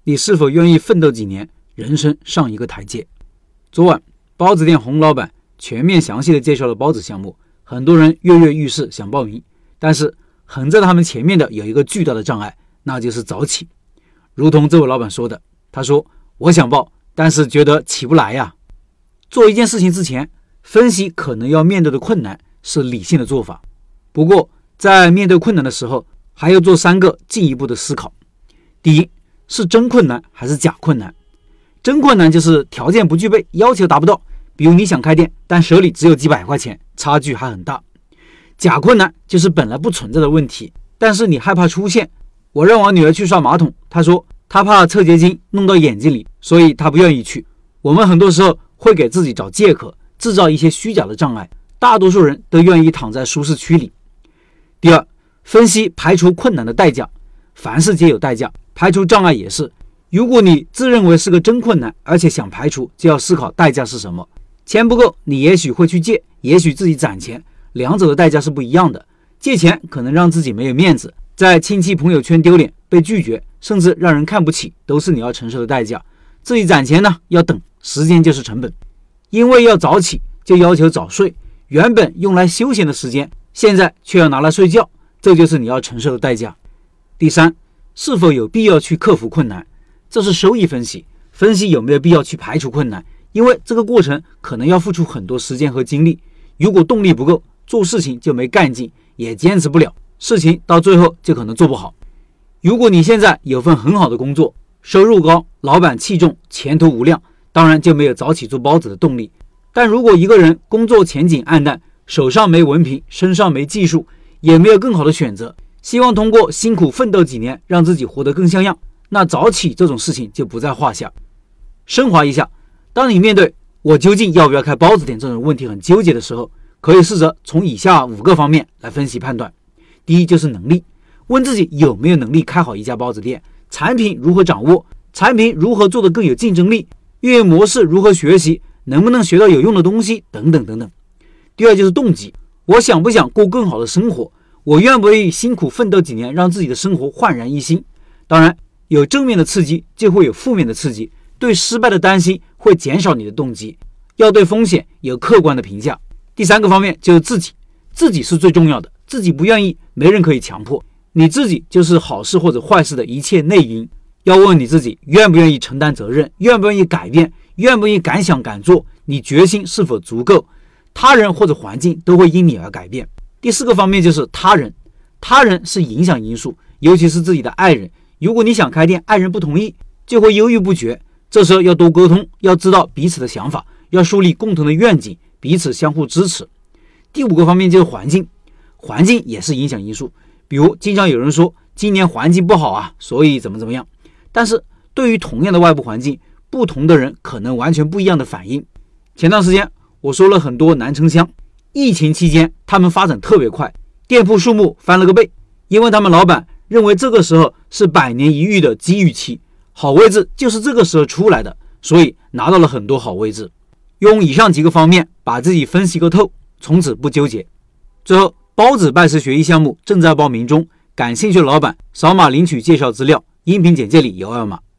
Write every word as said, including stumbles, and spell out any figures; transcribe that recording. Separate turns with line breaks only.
你是否愿意奋斗几年，人生上一个台阶。昨晚包子店洪老板全面详细的介绍了包子项目，很多人跃跃欲试想报名，但是横在他们前面的有一个巨大的障碍，那就是早起。如同这位老板说的，他说我想报，但是觉得起不来呀。做一件事情之前，分析可能要面对的困难是理性的做法，不过在面对困难的时候，还要做三个进一步的思考。第一，是真困难还是假困难？真困难就是条件不具备，要求达不到，比如你想开店，但手里只有几百块钱，差距还很大。假困难就是本来不存在的问题，但是你害怕出现。我让我女儿去刷马桶，她说她怕厕洁精弄到眼睛里，所以她不愿意去。我们很多时候会给自己找借口，制造一些虚假的障碍，大多数人都愿意躺在舒适区里。第二，分析排除困难的代价。凡事皆有代价，排除障碍也是。如果你自认为是个真困难，而且想排除，就要思考代价是什么。钱不够，你也许会去借，也许自己攒钱，两者的代价是不一样的。借钱可能让自己没有面子，在亲戚朋友圈丢脸，被拒绝，甚至让人看不起，都是你要承受的代价。自己攒钱呢，要等，时间就是成本。因为要早起，就要求早睡，原本用来休闲的时间，现在却要拿来睡觉，这就是你要承受的代价。第三，是否有必要去克服困难？这是收益分析，分析有没有必要去排除困难，因为这个过程可能要付出很多时间和精力。如果动力不够，做事情就没干劲，也坚持不了，事情到最后就可能做不好。如果你现在有份很好的工作，收入高，老板器重，前途无量，当然就没有早起做包子的动力。但如果一个人工作前景暗淡，手上没文凭，身上没技术，也没有更好的选择，希望通过辛苦奋斗几年让自己活得更像样，那早起这种事情就不在话下。升华一下，当你面对我究竟要不要开包子店这种问题很纠结的时候，可以试着从以下五个方面来分析判断。第一，就是能力，问自己有没有能力开好一家包子店，产品如何掌握，产品如何做得更有竞争力，运营模式如何学习，能不能学到有用的东西等等等等。第二，就是动机，我想不想过更好的生活，我愿不愿意辛苦奋斗几年让自己的生活焕然一新。当然有正面的刺激就会有负面的刺激，对失败的担心会减少你的动机，要对风险有客观的评价。第三个方面就是自己，自己是最重要的，自己不愿意没人可以强迫，你自己就是好事或者坏事的一切内因。要问你自己愿不愿意承担责任，愿不愿意改变，愿不愿意敢想敢做，你决心是否足够，他人或者环境都会因你而改变。第四个方面就是他人，他人是影响因素，尤其是自己的爱人。如果你想开店，爱人不同意，就会犹豫不决，这时候要多沟通，要知道彼此的想法，要树立共同的愿景，彼此相互支持。第五个方面就是环境，环境也是影响因素，比如经常有人说今年环境不好啊，所以怎么怎么样，但是对于同样的外部环境，不同的人可能完全不一样的反应。前段时间我说了很多南城乡，疫情期间他们发展特别快，店铺数目翻了个倍，因为他们老板认为这个时候是百年一遇的机遇期，好位置就是这个时候出来的，所以拿到了很多好位置。用以上几个方面把自己分析个透，从此不纠结。最后，包子拜师学艺项目正在报名中，感兴趣的老板扫码领取介绍资料，音频简介里有二维码。